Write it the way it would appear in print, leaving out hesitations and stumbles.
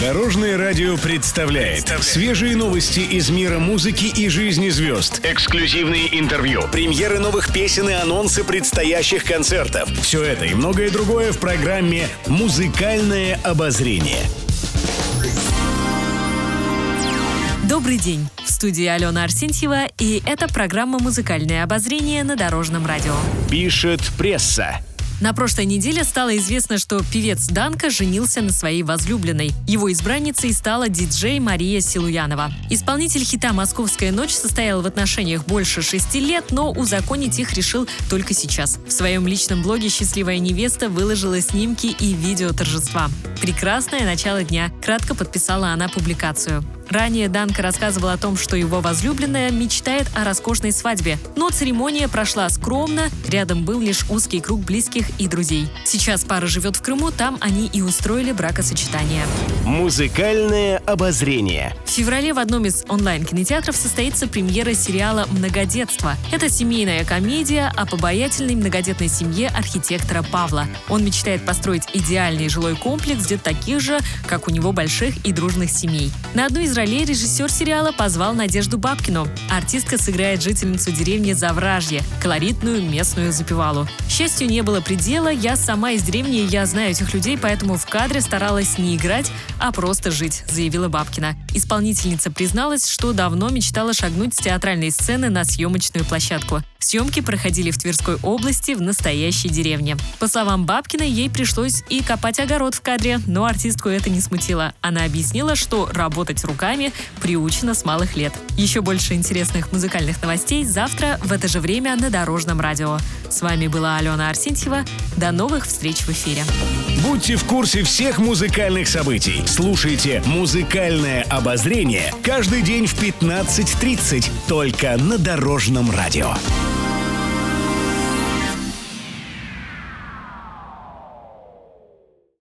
Дорожное радио представляет свежие новости из мира музыки и жизни звезд. Эксклюзивные интервью, премьеры новых песен и анонсы предстоящих концертов. Все это и многое другое в программе «Музыкальное обозрение». Добрый день! В студии Алена Арсентьева, и это программа «Музыкальное обозрение» на Дорожном радио. Пишет пресса. На прошлой неделе стало известно, что певец Данка женился на своей возлюбленной. Его избранницей стала диджей Мария Силуянова. Исполнитель хита «Московская ночь» состоял в отношениях больше 6 лет, но узаконить их решил только сейчас. В своем личном блоге счастливая невеста выложила снимки и видео торжества. «Прекрасное начало дня», — кратко подписала она публикацию. Ранее Данка рассказывал о том, что его возлюбленная мечтает о роскошной свадьбе. Но церемония прошла скромно, рядом был лишь узкий круг близких и друзей. Сейчас пара живет в Крыму, там они и устроили бракосочетание. Музыкальное обозрение. В феврале в одном из онлайн-кинотеатров состоится премьера сериала «Многодетство». Это семейная комедия об обаятельной многодетной семье архитектора Павла. Он мечтает построить идеальный жилой комплекс для таких же, как у него, больших и дружных семей. На одну из ролей режиссер сериала позвал Надежду Бабкину. Артистка сыграет жительницу деревни Завражье, колоритную местную запевалу. Счастью, не было предела, я сама из деревни, я знаю этих людей, поэтому в кадре старалась не играть, а просто жить, заявила Бабкина. Исполнительница призналась, что давно мечтала шагнуть с театральной сцены на съемочную площадку. Съемки проходили в Тверской области, в настоящей деревне. По словам Бабкиной, ей пришлось и копать огород в кадре, но артистку это не смутило. Она объяснила, что работать руками приучена с малых лет. Еще больше интересных музыкальных новостей завтра в это же время на Дорожном радио. С вами была Алена Арсентьева. До новых встреч в эфире. Будьте в курсе всех музыкальных событий. Слушайте «Музыкальное обозрение» каждый день в 15:30 только на Дорожном радио.